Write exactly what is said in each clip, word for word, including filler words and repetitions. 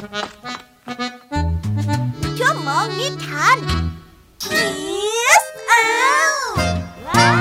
ชั่วโมงนิทาน Kiss Out ว้าว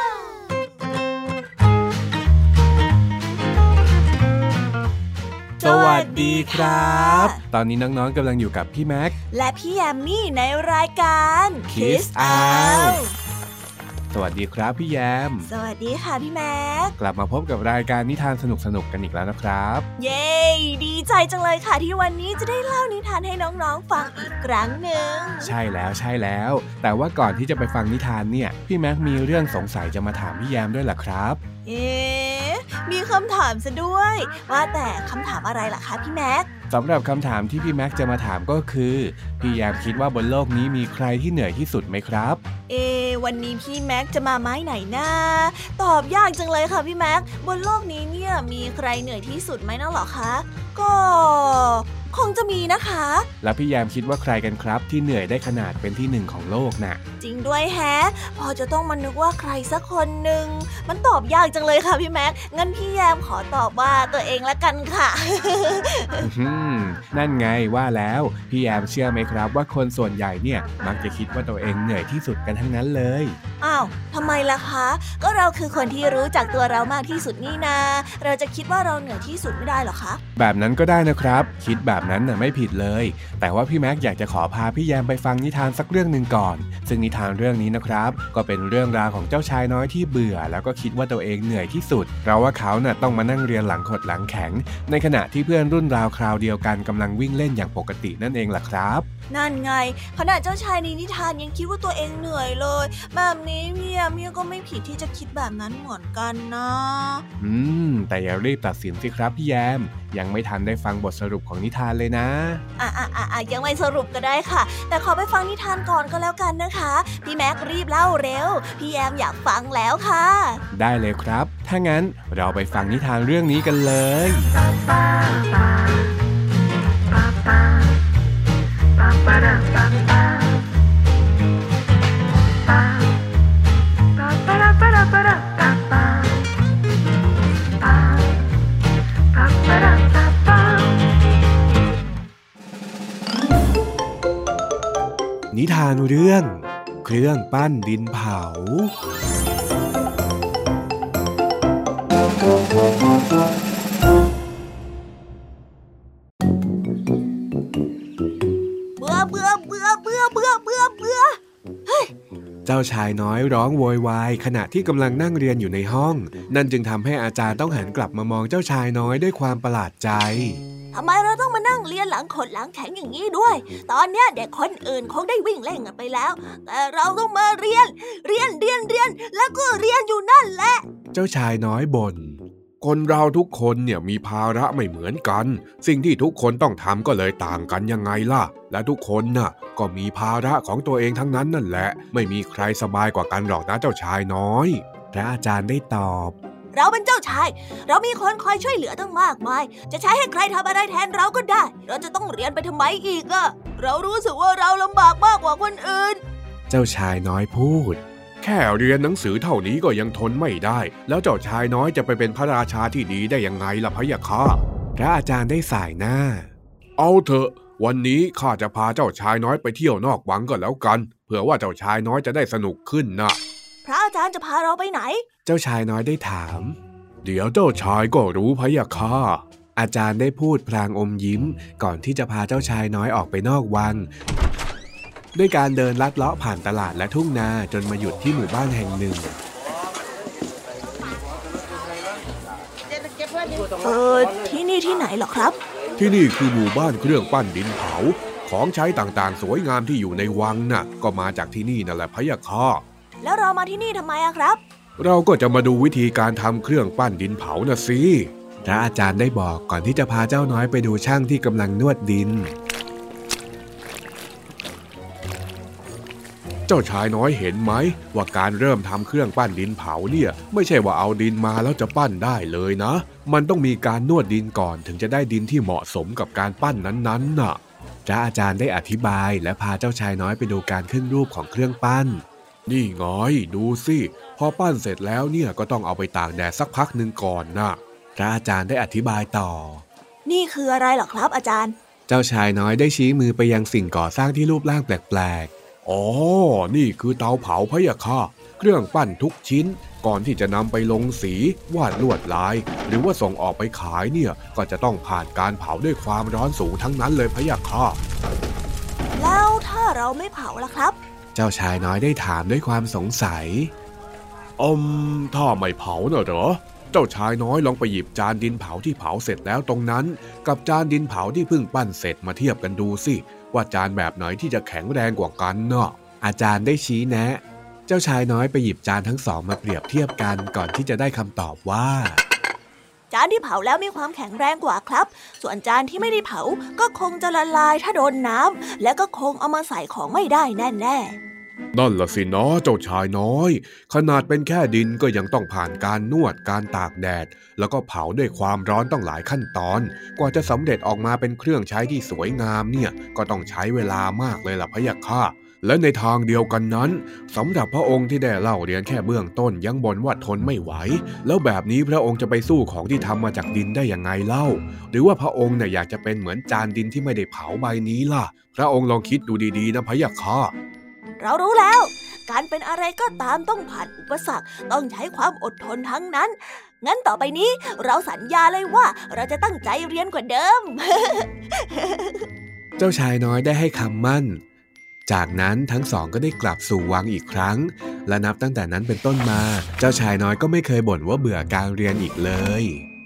สวัสดีครับตอนนี้น้องๆกำลังอยู่กับพี่แม็กและพี่แอมมี่ในรายการ Kiss Out สวัสดีครับพี่แยมสวัสดีค่ะพี่แม็กกลับมาพบกับรายการนิทานสนุกๆกันอีกแล้วนะครับเย้ดีใจจังเลยค่ะที่วันนี้จะได้เล่านิทานให้น้องๆฟังอีกครั้งหนึ่งใช่แล้วใช่แล้วแต่ว่าก่อนที่จะไปฟังนิทานเนี่ยพี่แม็กมีเรื่องสงสัยจะมาถามพี่แยมด้วยล่ะครับเอ๊ะมีคำถามซะด้วยว่าแต่คำถามอะไรล่ะคะพี่แม็กสำหรับคำถามที่พี่แม็กจะมาถามก็คือพี่แยมคิดว่าบนโลกนี้มีใครที่เหนื่อยที่สุดไหมครับเอ๊ะวันนี้พี่แม็กจะมาไม้ไหนนะตอบยากจังเลยค่ะพี่แม็กบนโลกนี้เนี่ยมีใครเหนื่อยที่สุดไหมนะหรอคะก็คงจะมีนะคะแล้วพี่แยมคิดว่าใครกันครับที่เหนื่อยได้ขนาดเป็นที่หนึ่งของโลกน่ะจริงด้วยแฮะพอจะต้องมานึกว่าใครสักคนหนึ่งมันตอบยากจังเลยค่ะพี่แม็กงั้นพี่แยมขอตอบว่าตัวเองละกันค่ะนั่นไงว่าแล้วพี่แยมเชื่อไหมครับว่าคนส่วนใหญ่เนี่ยมักจะคิดว่าตัวเองเหนื่อยที่สุดกันทั้งนั้นเลยอ้าวทำไมล่ะคะก็เราคือคนที่รู้จักตัวเรามากที่สุดนี่นาเราจะคิดว่าเราเหนื่อยที่สุดไม่ได้หรอคะแบบนั้นก็ได้นะครับคิดแบบนั้นน่ะไม่ผิดเลยแต่ว่าพี่แม็กอยากจะขอพาพี่แยมไปฟังนิทานสักเรื่องหนึ่งก่อนซึ่งนิทานเรื่องนี้นะครับก็เป็นเรื่องราวของเจ้าชายน้อยที่เบื่อแล้วก็คิดว่าตัวเองเหนื่อยที่สุดเพราะว่าเขาน่ะต้องมานั่งเรียนหลังขดหลังแข็งในขณะที่เพื่อนรุ่นราวคราวเดียวกันกำลังวิ่งเล่นอย่างปกตินั่นเองล่ะครับนั่นไงขณะเจ้าชายในนิทานยังคิดว่าตัวเองเหนื่อยเลยแบบนี้พี่แยมเนี่ยก็ไม่ผิดที่จะคิดแบบนั้นเหมือนกันนะอืมแต่อย่ารีบตัดสินสิครับพี่แยมยังไม่ทันได้ฟังบทสรุปของนิทานเลยนะอ่ะอ่ะอ่ะยังไม่สรุปก็ได้ค่ะแต่ขอไปฟังนิทานก่อนก็แล้วกันนะคะพี่แม็กรีบเล่าเร็วพี่แยมอยากฟังแล้วค่ะได้เลยครับถ้างั้นเราไปฟังนิทานเรื่องนี้กันเลยนิทานเรื่องเครื่องปั้นดินเผาเบื่อเบื่อเบื่อเบื่อเบื่อเบื่อเบื่อเฮ้ยเจ้าชายน้อยร้องโวยวายขณะที่กำลังนั่งเรียนอยู่ในห้องนั่นจึงทำให้อาจารย์ต้องหันกลับมามองเจ้าชายน้อยด้วยความประหลาดใจทำไมเราต้องมานั่งเรียนหลังขดหลังแข็งอย่างนี้ด้วยตอนเนี้ยเด็กคนอื่นคงได้วิ่งเล่นกันไปแล้วแต่เราต้องมาเรียนเรียนเรียนเรียนแล้วก็เรียนอยู่นั่นแหละเจ้าชายน้อยบ่นคนเราทุกคนเนี่ยมีภาระไม่เหมือนกันสิ่งที่ทุกคนต้องทำก็เลยต่างกันยังไงล่ะและทุกคนน่ะก็มีภาระของตัวเองทั้งนั้นนั่นแหละไม่มีใครสบายกว่ากันหรอกนะเจ้าชายน้อยพระอาจารย์ได้ตอบเราเป็นเจ้าชายเรามีคนคอยช่วยเหลือตั้งมากมายจะใช้ให้ใครทำอะไรแทนเราก็ได้เราจะต้องเรียนไปทำไมอีกอะเรารู้สึกว่าเราลำบากมากกว่าคนอื่นเจ้าชายน้อยพูดแค่เรียนหนังสือเท่านี้ก็ยังทนไม่ได้แล้วเจ้าชายน้อยจะไปเป็นพระราชาที่ดีได้ยังไงล่ะพะยะค่ะพระอาจารย์ได้ส่ายหน้าเอาเถอะวันนี้ข้าจะพาเจ้าชายน้อยไปเที่ยวนอกวังก็แล้วกันเผื่อว่าเจ้าชายน้อยจะได้สนุกขึ้นนะพระอาจารย์จะพาเราไปไหนเจ้าชายน้อยได้ถามเดี๋ยวเจ้าชายก็รู้พะยะค่ะอาจารย์ได้พูดพลางอมยิ้มก่อนที่จะพาเจ้าชายน้อยออกไปนอกวังด้วยการเดินลัดเลาะผ่านตลาดและทุ่งนาจนมาหยุดที่หมู่บ้านแห่งหนึ่งเออที่นี่ที่ไหนหรอครับที่นี่คือหมู่บ้านเครื่องปั้นดินเผาของใช้ต่างๆสวยงามที่อยู่ในวังน่ะก็มาจากที่นี่นั่นแหละพะยะค่ะแล้วเรามาที่นี่ทำไมอะครับเราก็จะมาดูวิธีการทำเครื่องปั้นดินเผาน่ะสิพระอาจารย์ได้บอกก่อนที่จะพาเจ้าน้อยไปดูช่างที่กำลังนวดดินเจ้าชายน้อยเห็นไหมว่าการเริ่มทำเครื่องปั้นดินเผาเนี่ยไม่ใช่ว่าเอาดินมาแล้วจะปั้นได้เลยนะมันต้องมีการนวดดินก่อนถึงจะได้ดินที่เหมาะสมกับการปั้นนั้นๆน่ะพระอาจารย์ได้อธิบายและพาเจ้าชายน้อยไปดูการขึ้นรูปของเครื่องปั้นนี่ไงดูสิพอปั้นเสร็จแล้วเนี่ยก็ต้องเอาไปตากแดดสักพักหนึ่งก่อนนะพระอาจารย์ได้อธิบายต่อนี่คืออะไรหรอครับอาจารย์เจ้าชายน้อยได้ชี้มือไปยังสิ่งก่อสร้างที่รูปร่างแปลกๆอ๋อนี่คือเตาเผาพะยะค่ะเครื่องปั้นทุกชิ้นก่อนที่จะนำไปลงสีวาดลวดลายหรือว่าส่งออกไปขายเนี่ยก็จะต้องผ่านการเผาด้วยความร้อนสูงทั้งนั้นเลยพะยะค่ะแล้วถ้าเราไม่เผาล่ะครับเจ้าชายน้อยได้ถามด้วยความสงสัยอืมถ้าไม่เผาเนอะเหรอเจ้าชายน้อยลองไปหยิบจานดินเผาที่เผาเสร็จแล้วตรงนั้นกับจานดินเผาที่เพิ่งปั้นเสร็จมาเทียบกันดูสิว่าจานแบบไหนที่จะแข็งแรงกว่ากันเนาะอาจารย์ได้ชี้แนะเจ้าชายน้อยไปหยิบจานทั้งสองมาเปรียบเทียบกันก่อนที่จะได้คำตอบว่าจานที่เผาแล้วมีความแข็งแรงกว่าครับส่วนจานที่ไม่ได้เผาก็คงจะละลายถ้าโดนน้ำและก็คงเอามาใส่ของไม่ได้แน่ๆนั่นล่ะสินะเจ้าชายน้อยขนาดเป็นแค่ดินก็ยังต้องผ่านการนวดการตากแดดแล้วก็เผาด้วยความร้อนต้องหลายขั้นตอนกว่าจะสำเร็จออกมาเป็นเครื่องใช้ที่สวยงามเนี่ยก็ต้องใช้เวลามากเลยล่ะพะยะค่ะและในทางเดียวกันนั้นสำหรับพระองค์ที่ได้เล่าเรียนแค่เบื้องต้นยังบ่นว่าทนไม่ไหวแล้วแบบนี้พระองค์จะไปสู้ของที่ทำมาจากดินได้ยังไงเล่าหรือว่าพระองค์เนี่ยอยากจะเป็นเหมือนจานดินที่ไม่ได้เผาใบนี้ล่ะพระองค์ลองคิดดูดีๆนะพะยะค่ะเรารู้แล้วการเป็นอะไรก็ตามต้องผ่านอุปสรรคต้องใช้ความอดทนทั้งนั้นงั้นต่อไปนี้เราสัญญาเลยว่าเราจะตั้งใจเรียนกว่าเดิมเจ้าชายน้อยได้ให้คำมั่นจากนั้นทั้งสองก็ได้กลับสู่วังอีกครั้งและนับตั้งแต่นั้นเป็นต้นมาเจ้าชายน้อยก็ไม่เคยบ่นว่าเบื่อการเรียนอีกเลย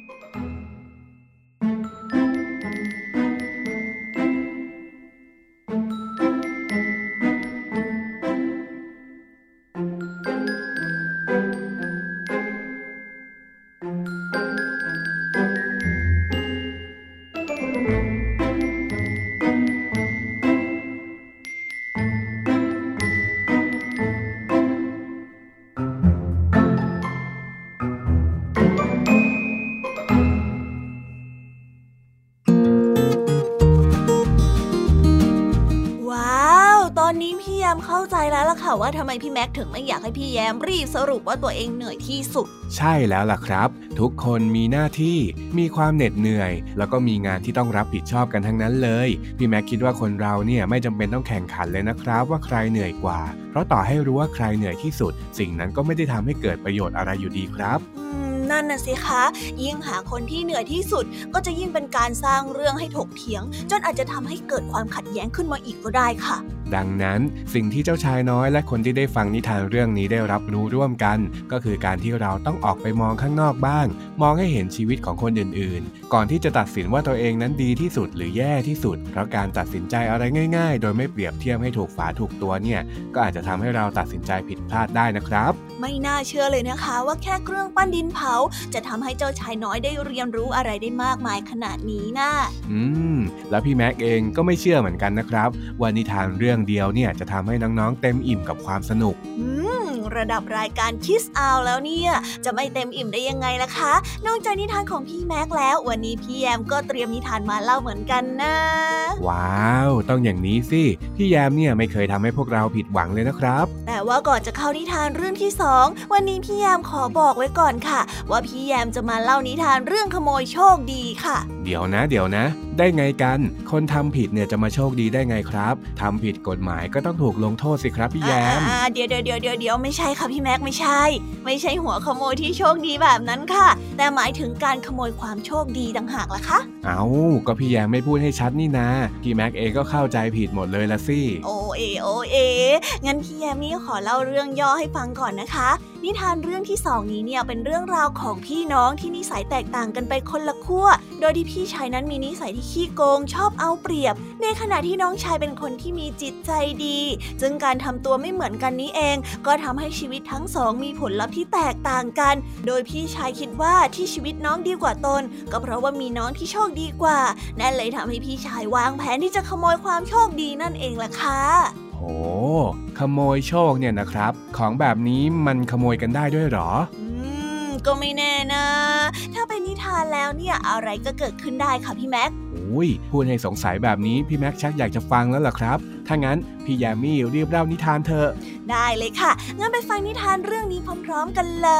เข้าใจแล้วล่ะค่ะว่าทำไมพี่แม็กถึงไม่อยากให้พี่แยมรีบสรุปว่าตัวเองเหนื่อยที่สุดใช่แล้วล่ะครับทุกคนมีหน้าที่มีความเหน็ดเหนื่อยแล้วก็มีงานที่ต้องรับผิดชอบกันทั้งนั้นเลยพี่แม็กคิดว่าคนเราเนี่ยไม่จำเป็นต้องแข่งขันเลยนะครับว่าใครเหนื่อยกว่าเพราะต่อให้รู้ว่าใครเหนื่อยที่สุดสิ่งนั้นก็ไม่ได้ทำให้เกิดประโยชน์อะไรอยู่ดีครับนั่นน่ะสิคะยิ่งหาคนที่เหนื่อยที่สุดก็จะยิ่งเป็นการสร้างเรื่องให้ถกเถียงจนอาจจะทำให้เกิดความขัดแย้งขึ้นมาอีกก็ได้ค่ะดังนั้นสิ่งที่เจ้าชายน้อยและคนที่ได้ฟังนิทานเรื่องนี้ได้รับรู้ร่วมกันก็คือการที่เราต้องออกไปมองข้างนอกบ้างมองให้เห็นชีวิตของคนอื่นๆก่อนที่จะตัดสินว่าตัวเองนั้นดีที่สุดหรือแย่ที่สุดเพราะการตัดสินใจอะไรง่ายๆโดยไม่เปรียบเทียบให้ถูกฝาถูกตัวเนี่ยก็อาจจะทำให้เราตัดสินใจผิดพลาดได้นะครับไม่น่าเชื่อเลยนะคะว่าแค่เครื่องปั้นดินเผาจะทำให้เจ้าชายน้อยได้เรียนรู้อะไรได้มากมายขนาดนี้นะอืมแล้วพี่แม็กเองก็ไม่เชื่อเหมือนกันนะครับว่านิทานเรื่องเดียวเนี่ยจะทำให้น้องๆเต็มอิ่มกับความสนุกอืมระดับรายการคิสอาวแล้วเนี่ยจะไม่เต็มอิ่มได้ยังไงล่ะคะนอกจากนิทานของพี่แม็กแล้ววันนี้พี่แยมก็เตรียมนิทานมาเล่าเหมือนกันนะว้าวต้องอย่างนี้สิพี่แยมเนี่ยไม่เคยทำให้พวกเราผิดหวังเลยนะครับแต่ว่าก่อนจะเข้านิทานเรื่องที่สองวันนี้พี่แยมขอบอกไว้ก่อนค่ะว่าพี่แยมจะมาเล่านิทานเรื่องขโมยโชคดีค่ะเดี๋ยวนะเดี๋ยวนะได้ไงกันคนทำผิดเนี่ยจะมาโชคดีได้ไงครับทำผิดกฎหมายก็ต้องถูกลงโทษสิครับพี่แยมอ่าเดี๋ยวเดี๋ยวเดี๋ยวเดี๋ยวเดี๋ยวไม่ใช่ค่ะพี่แม็กไม่ใช่ไม่ใช่หัวขโมยที่โชคดีแบบนั้นค่ะแต่หมายถึงการขโมยความโชคดีต่างหากล่ะคะเอ้าก็พี่แยมไม่พูดให้ชัดนี่นะพี่แม็กเองก็เข้าใจผิดหมดเลยละสิโอเอโอเองั้นพี่แยมนี่ขอเล่าเรื่องย่อให้ฟังก่อนนะคะนิทานเรื่องที่สองนี้เนี่ยเป็นเรื่องราวของพี่น้องที่นิสัยแตกต่างกันไปคนละขั้วโดยที่พี่ชายนั้นมีนิสัยที่ขี้โกงชอบเอาเปรียบในขณะที่น้องชายเป็นคนที่มีจิตใจดีซึ่งการทำตัวไม่เหมือนกันนี้เองก็ทำให้ชีวิตทั้งสองมีผลลัพธ์ที่แตกต่างกันโดยพี่ชายคิดว่าที่ชีวิตน้องดีกว่าตนก็เพราะว่ามีน้องที่โชคดีกว่านั่นเลยทำให้พี่ชายวางแผนที่จะขโมยความโชคดีนั่นเองล่ะค่ะโอ้ขโมยโชคเนี่ยนะครับของแบบนี้มันขโมยกันได้ด้วยหรออืมก็ไม่แน่นะถ้าเป็นนิทานแล้วเนี่ยอะไรก็เกิดขึ้นได้ค่ะพี่แม็กอุ้ยพูดให้สงสัยแบบนี้พี่แม็กชักอยากจะฟังแล้วล่ะครับถ้างั้นพี่แยมมี่รีบเล่านิทานเถอะได้เลยค่ะงั้นไปฟังนิทานเรื่องนี้พร้อมๆกันเลย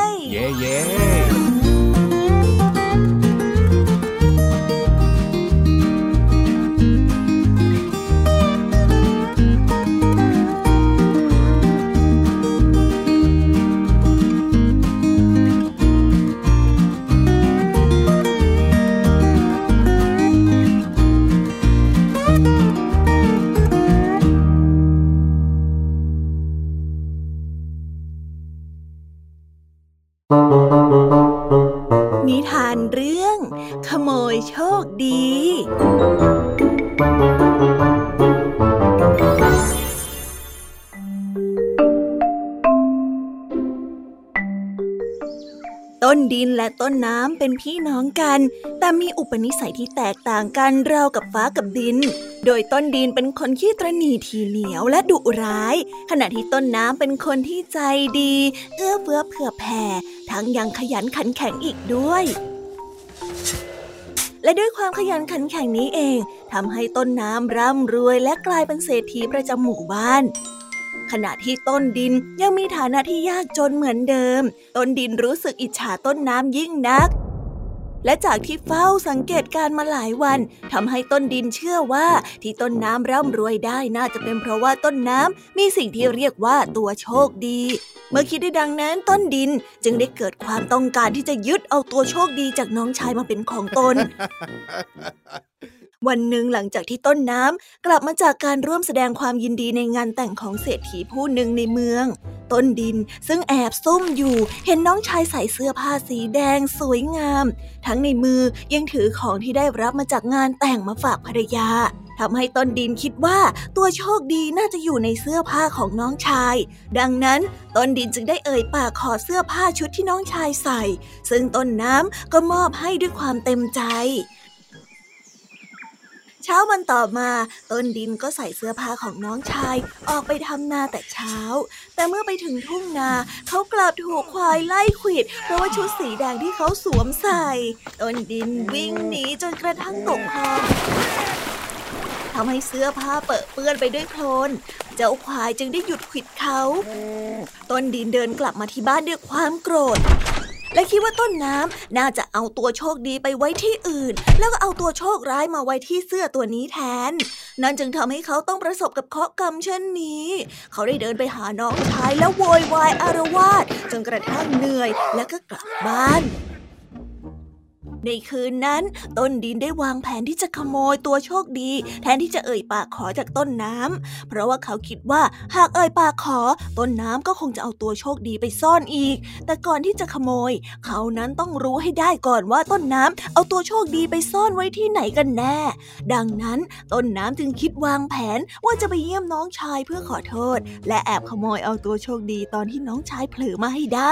เย้เย้ดินและต้นน้ำเป็นพี่น้องกันแต่มีอุปนิสัยที่แตกต่างกันราวกับฟ้ากับดินโดยต้นดินเป็นคนขี้ตระหนี่ทีเหนียวและดุร้ายขณะที่ต้นน้ำเป็นคนที่ใจดีเอื้อเฟื้อเผื่อแผ่ทั้งยังขยันขันแข็งอีกด้วยและด้วยความขยันขันแข็งนี้เองทำให้ต้นน้ำร่ำรวยและกลายเป็นเศรษฐีประจำหมู่บ้านขณะที่ต้นดินยังมีฐานะที่ยากจนเหมือนเดิมต้นดินรู้สึกอิจฉาต้นน้ำยิ่งนักและจากที่เฝ้าสังเกตการมาหลายวันทำให้ต้นดินเชื่อว่าที่ต้นน้ำร่ำรวยได้น่าจะเป็นเพราะว่าต้นน้ำมีสิ่งที่เรียกว่าตัวโชคดีเมื่อคิดได้ดังนั้นต้นดินจึงได้เกิดความต้องการที่จะยึดเอาตัวโชคดีจากน้องชายมาเป็นของตน วันหนึ่งหลังจากที่ต้นน้ำกลับมาจากการร่วมแสดงความยินดีในงานแต่งของเศรษฐีผู้หนึ่งในเมืองต้นดินซึ่งแอบซุ่มอยู่เห็นน้องชายใส่เสื้อผ้าสีแดงสวยงามทั้งในมือยังถือของที่ได้รับมาจากงานแต่งมาฝากภรรยาทำให้ต้นดินคิดว่าตัวโชคดีน่าจะอยู่ในเสื้อผ้าของน้องชายดังนั้นต้นดินจึงได้เอ่ยปากขอเสื้อผ้าชุดที่น้องชายใส่ซึ่งต้นน้ำก็มอบให้ด้วยความเต็มใจเช้าวันต่อมาต้นดินก็ใส่เสื้อผ้าของน้องชายออกไปทำนาแต่เช้าแต่เมื่อไปถึงทุ่งนาเขากลับถูกควายไล่ขวิดเพราะว่าชุดสีแดงที่เขาสวมใส่ต้นดินวิ่งหนีจนกระทั่งตกคลองทำให้เสื้อผ้าเปื้อนเปื้อนไปด้วยโคลนเจ้าควายจึงได้หยุดขวิดเขาต้นดินเดินกลับมาที่บ้านด้วยความโกรธและคิดว่าต้นน้ำน่าจะเอาตัวโชคดีไปไว้ที่อื่นแล้วก็เอาตัวโชคร้ายมาไว้ที่เสื้อตัวนี้แทนนั่นจึงทำให้เขาต้องประสบกับเคราะห์กรรมเช่นนี้เขาได้เดินไปหาน้องชายแล้วโวยวายอาละวาดจนกระทั่งเหนื่อยแล้วก็กลับบ้านในคืนนั้นต้นดินได้วางแผนที่จะขโมยตัวโชคดีแทนที่จะเอ่ยปากขอจากต้นน้ำเพราะว่าเขาคิดว่าหากเอ่ยปากขอต้นน้ำก็คงจะเอาตัวโชคดีไปซ่อนอีกแต่ก่อนที่จะขโมยเขานั้นต้องรู้ให้ได้ก่อนว่าต้นน้ำเอาตัวโชคดีไปซ่อนไว้ที่ไหนกันแน่ดังนั้นต้นน้ำจึงคิดวางแผนว่าจะไปเยี่ยมน้องชายเพื่อขอโทษและแอบขโมยเอาตัวโชคดีตอนที่น้องชายเผลอมาให้ได้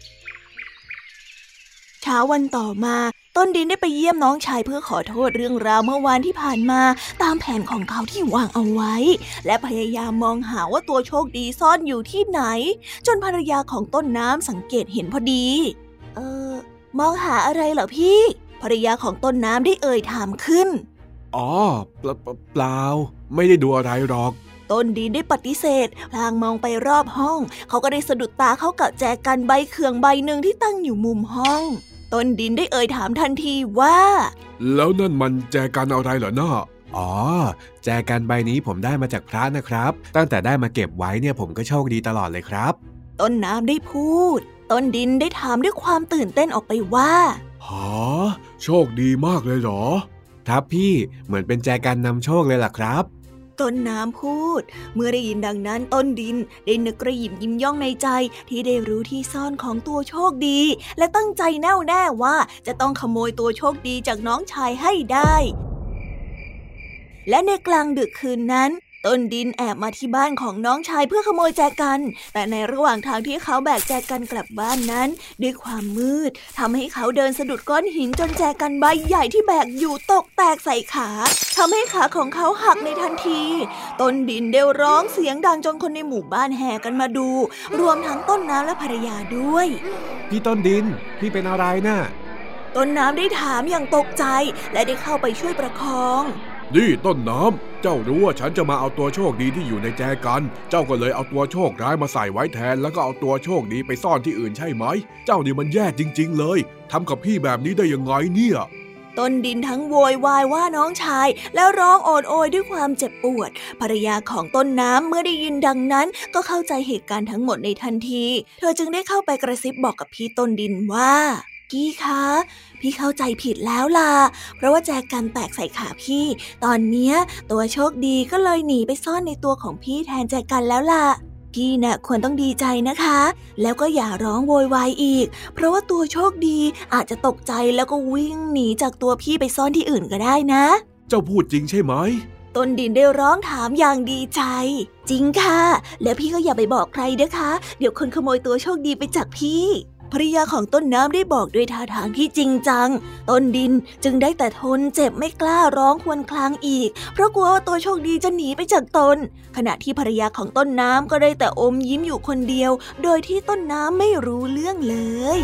เช้าวันต่อมาต้นดินได้ไปเยี่ยมน้องชายเพื่อขอโทษเรื่องราวเมื่อวานที่ผ่านมาตามแผนของเขาที่วางเอาไว้และพยายามมองหาว่าตัวโชคดีซ่อนอยู่ที่ไหนจนภรรยาของต้นน้ำสังเกตเห็นพอดีเออมองหาอะไรเหรอพี่ภรรยาของต้นน้ำได้เอ่ยถามขึ้นอ๋อเปล่าไม่ได้ดูอะไรหรอกต้นดินได้ปฏิเสธพลางมองไปรอบห้องเขาก็ได้สะดุดตาเข้ากับแจกันใบเขื่องใบหนึ่งที่ตั้งอยู่มุมห้องต้นดินได้เอ่ยถามทันทีว่าแล้วนั่นมันแจกันอะไรเหรอน้าอ๋อแจกันใบนี้ผมได้มาจากพระนะครับตั้งแต่ได้มาเก็บไว้เนี่ยผมก็โชคดีตลอดเลยครับต้นน้ำได้พูดต้นดินได้ถามด้วยความตื่นเต้นออกไปว่าฮะโชคดีมากเลยเหรอครับพี่เหมือนเป็นแจกันนำโชคเลยล่ะครับต้นน้ำพูดเมื่อได้ยินดังนั้นต้นดินได้นึกกระหยิมยิ้มย่องในใจที่ได้รู้ที่ซ่อนของตัวโชคดีและตั้งใจแน่วแน่ว่าจะต้องขโมยตัวโชคดีจากน้องชายให้ได้และในกลางดึกคืนนั้นต้นดินแอบมาที่บ้านของน้องชายเพื่อขโมยแจกันแต่ในระหว่างทางที่เขาแบกแจกันกลับบ้านนั้นด้วยความมืดทำให้เขาเดินสะดุดก้อนหินจนแจกันใบใหญ่ที่แบกอยู่ตกแตกใส่ขาทำให้ขาของเขาหักในทันทีต้นดินเดวร้องเสียงดังจนคนในหมู่บ้านแห่กันมาดูรวมทั้งต้นน้ำและภรรยาด้วยพี่ต้นดินพี่เป็นอะไรน่ะต้นน้ำได้ถามอย่างตกใจและได้เข้าไปช่วยประคองนี่ต้นน้ำเจ้ารู้ว่าฉันจะมาเอาตัวโชคดีที่อยู่ในแจกันเจ้าก็เลยเอาตัวโชคร้ายมาใส่ไว้แทนแล้วก็เอาตัวโชคดีไปซ่อนที่อื่นใช่ไหมเจ้านี่มันแย่จริงๆเลยทำกับพี่แบบนี้ได้ยังไงเนี่ยต้นดินทั้งโวยวายว่าน้องชายแล้วร้องโอดโอยด้วยความเจ็บปวดภรรยาของต้นน้ำเมื่อได้ยินดังนั้นก็เข้าใจเหตุการณ์ทั้งหมดในทันทีเธอจึงได้เข้าไปกระซิบบอกกับพี่ต้นดินว่ากี้คะพี่เข้าใจผิดแล้วล่ะเพราะว่าแจกันแตกใส่ขาพี่ตอนเนี้ยตัวโชคดีก็เลยหนีไปซ่อนในตัวของพี่แทนแจกันแล้วล่ะพี่น่ะควรต้องดีใจนะคะแล้วก็อย่าร้องโวยวายอีกเพราะว่าตัวโชคดีอาจจะตกใจแล้วก็วิ่งหนีจากตัวพี่ไปซ่อนที่อื่นก็ได้นะเจ้าพูดจริงใช่ไหมต้นดินได้ร้องถามอย่างดีใจจริงค่ะแล้วพี่ก็อย่าไปบอกใครนะคะเดี๋ยวคนขโมยตัวโชคดีไปจากพี่ภริยาของต้นน้ำได้บอกด้วยท่าทางที่จริงจังต้นดินจึงได้แต่ทนเจ็บไม่กล้าร้องครวญครางอีกเพราะกลัวว่าตัวโชคดีจะหนีไปจากตนขณะที่ภรรยาของต้นน้ำก็ได้แต่อมยิ้มอยู่คนเดียวโดยที่ต้นน้ำไม่รู้เรื่องเลย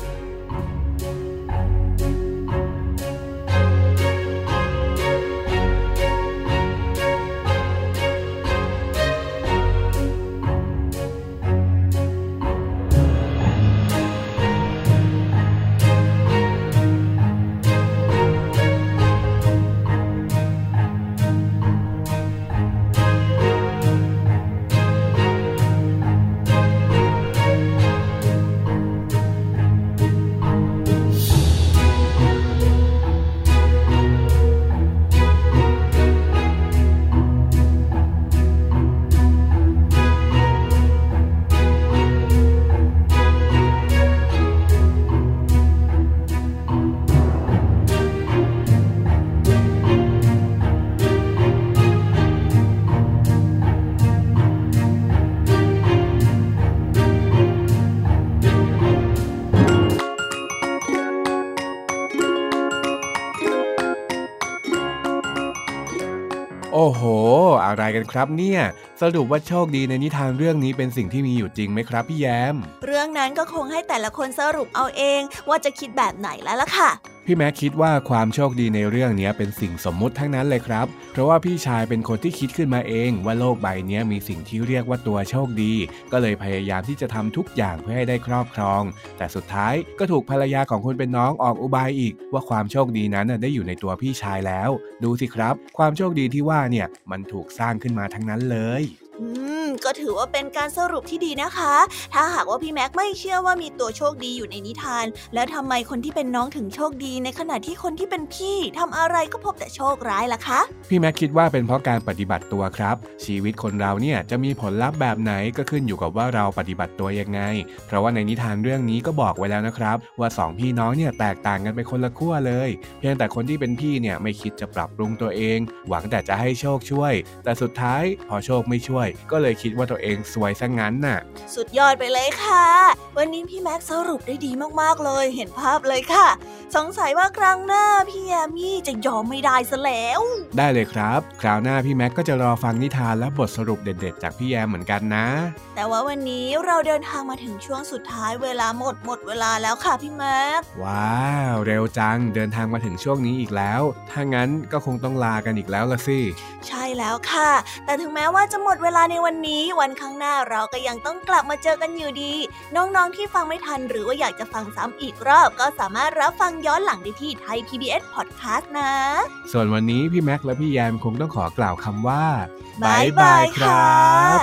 โอ้โหอะไรกันครับเนี่ยสรุปว่าโชคดีในนิทานเรื่องนี้เป็นสิ่งที่มีอยู่จริงไหมครับพี่แยมเรื่องนั้นก็คงให้แต่ละคนสรุปเอาเองว่าจะคิดแบบไหนแล้วล่ะค่ะพี่แม็กคิดว่าความโชคดีในเรื่องนี้เป็นสิ่งสมมุติทั้งนั้นเลยครับเพราะว่าพี่ชายเป็นคนที่คิดขึ้นมาเองว่าโลกใบนี้มีสิ่งที่เรียกว่าตัวโชคดีก็เลยพยายามที่จะทำทุกอย่างเพื่อให้ได้ครอบครองแต่สุดท้ายก็ถูกภรรยาของคนเป็นน้องออกอุบายอีกว่าความโชคดีนั้นได้อยู่ในตัวพี่ชายแล้วดูสิครับความโชคดีที่ว่าเนี่ยมันถูกสร้างขึ้นมาทั้งนั้นเลยอืมก็ถือว่าเป็นการสรุปที่ดีนะคะถ้าหากว่าพี่แม็กไม่เชื่อว่ามีตัวโชคดีอยู่ในนิทานแล้วทำไมคนที่เป็นน้องถึงโชคดีในขณะที่คนที่เป็นพี่ทำอะไรก็พบแต่โชคร้ายล่ะคะพี่แม็กคิดว่าเป็นเพราะการปฏิบัติตัวครับชีวิตคนเราเนี่ยจะมีผลลัพธ์แบบไหนก็ขึ้นอยู่กับว่าเราปฏิบัติตัวยังไงเพราะว่าในนิทานเรื่องนี้ก็บอกไว้แล้วนะครับว่าสองพี่น้องเนี่ยแตกต่างกันไปคนละขั้วเลยเพียงแต่คนที่เป็นพี่เนี่ยไม่คิดจะปรับปรุงตัวเองหวังแต่จะให้โชคช่วยแต่สุดท้ายพอโชคไม่ช่วยก็เลยคิดว่าตัวเองซวยซะงั้นน่ะสุดยอดไปเลยค่ะวันนี้พี่แม็กสรุปได้ดีมากๆเลยเห็นภาพเลยค่ะสงสัยว่าครั้งหน้าพี่แยมมี่จะยอมไม่ได้ซะแล้วได้เลยครับคราวหน้าพี่แม็กก็จะรอฟังนิทานและบทสรุปเด็ดๆจากพี่แยมเหมือนกันนะแต่ว่าวันนี้เราเดินทางมาถึงช่วงสุดท้ายเวลาหมดหมดเวลาแล้วค่ะพี่แม็กว้าวเร็วจังเดินทางมาถึงช่วงนี้อีกแล้วถ้างั้นก็คงต้องลากันอีกแล้วละสิใช่แล้วค่ะแต่ถึงแม้ว่าจะหมดเวลาในวันนี้วันข้างหน้าเราก็ยังต้องกลับมาเจอกันอยู่ดีน้องๆที่ฟังไม่ทันหรือว่าอยากจะฟังซ้ำอีกรอบก็สามารถรับฟังย้อนหลังได้ที่ไทย พี บี เอส Podcast นะส่วนวันนี้พี่แม็กและพี่แยมคงต้องขอกล่าวคำว่าบ๊ายบายครับ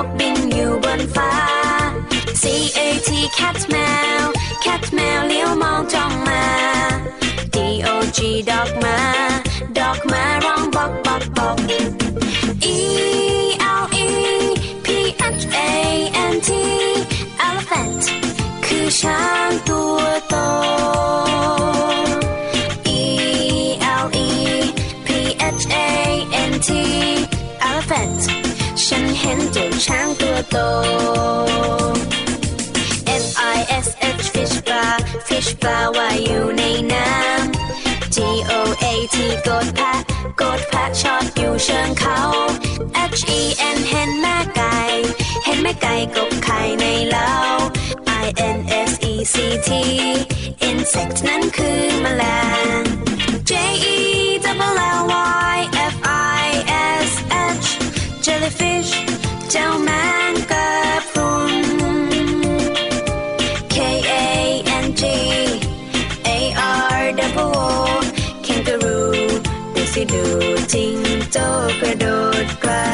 กบินอยู่บนฟ้า C A T cat แมว cat แมวเลี้ยวมองจ้องมา D O G dog มา dog มาร้องบอกบอกบอก E L E P H A N T elephant คือช้างตัวโต E L E P H A N T elephant ฉันเห็นเจ้าช้างตัวโต F I S H fish ปลา fish ปลาว่ายอยู่ในน้ำ G O A T โกดแพะโกดแพะชอดอยู่เชิงเขา H E N เห็นแม่ไก่เห็นแม่ไก่กบไข่ในเล้า I N S E C T insect นั้นคือแมลง J E L L Y F I S H jellyfish เจ้าแมงกะพรุน K A N G A R O kangaroo ดูสิดูจิงโจ้กระโดดไกล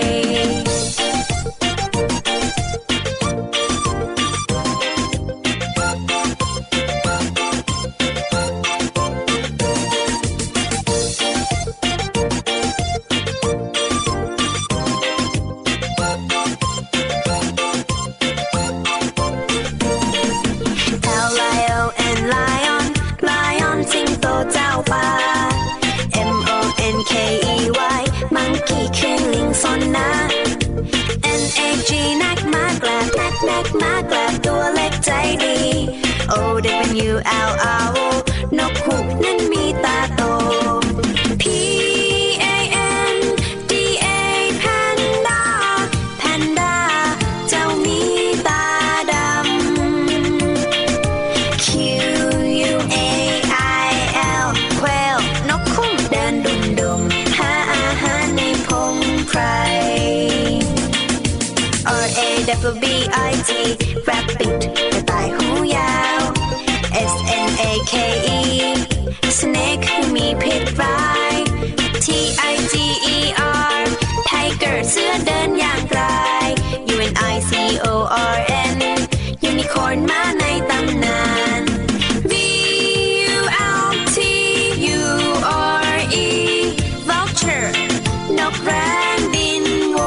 U L L นกฮูกนั้นมีตาโต P A N D A Panda Panda เจ้ามีตาดำ Q U A I L Quail นกคุ้มเดินดุ่มดุ่มหาอาหารในพงไพร R A W B I T Rabbit กระต่ายหูยาว S N A K E snake มีพิษร้าย T I G E R tiger เสือเดินอย่างไร U N I C O R N unicorn ม้าในตำนาน V U L T U R E vulture นกแร้งบินวน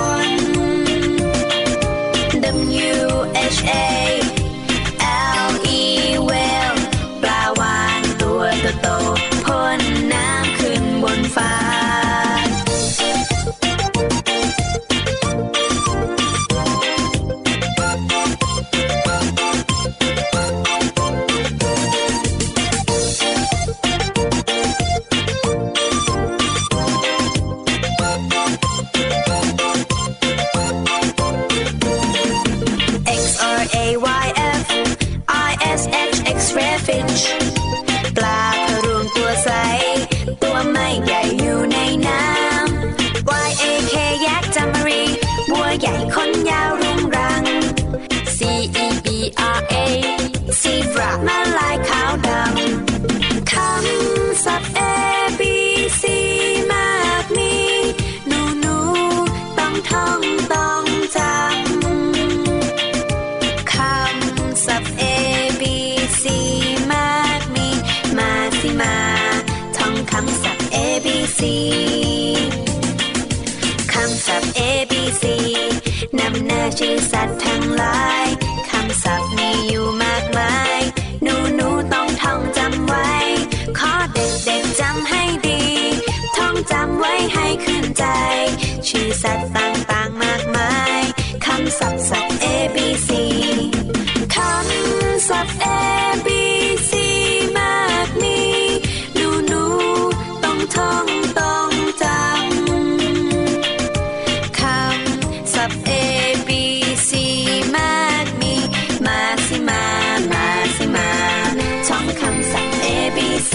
W H A L E whale ปลาวาฬตัวโตๆพ่นน้ำขึ้นบนฟ้า X R A Y F I S H X-ray fish ปลาพะรวงตัวใสตัวไม่ใหญ่อยู่ในน้ำ Y A K ยักษ์จามรีบัวใหญ่ขนยาวรุงรัง C E B R A zebra ม้าลายขาวดำคำศัพท์ A B C มากมีหนูหนูต้องท่องต้องจำคำศัพท์ A B C มากมีมาสิมาท่องคำศัพท์ A B C คำศัพท์ A B C นำหน้าชื่อสัตว์ทั้งหลายคำศัพท์มีอยู่มากมายหนูหนูต้องท่องจำไว้ขอเด็กๆจำให้ดีท่องจำไว้ให้ขึ้นใจชื่อสัตว์ต่างๆมากมายคำศัพท์ศัพท์ A B C คำศัพท์ A B C มากมีหนูหนูต้องท่องต้องจำคำศัพท์ A B C มากมีมาสิมามาสิมาท่องคำศัพท์ A B C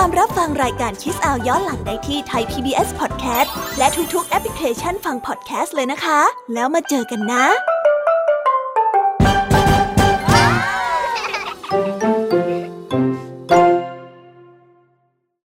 ามรับฟังรายการ Kids Out ย้อนหลังได้ที่ Thai พี บี เอส Podcast และทุกๆแอปพลิเคชันฟัง podcast เลยนะคะแล้วมาเจอกันนะ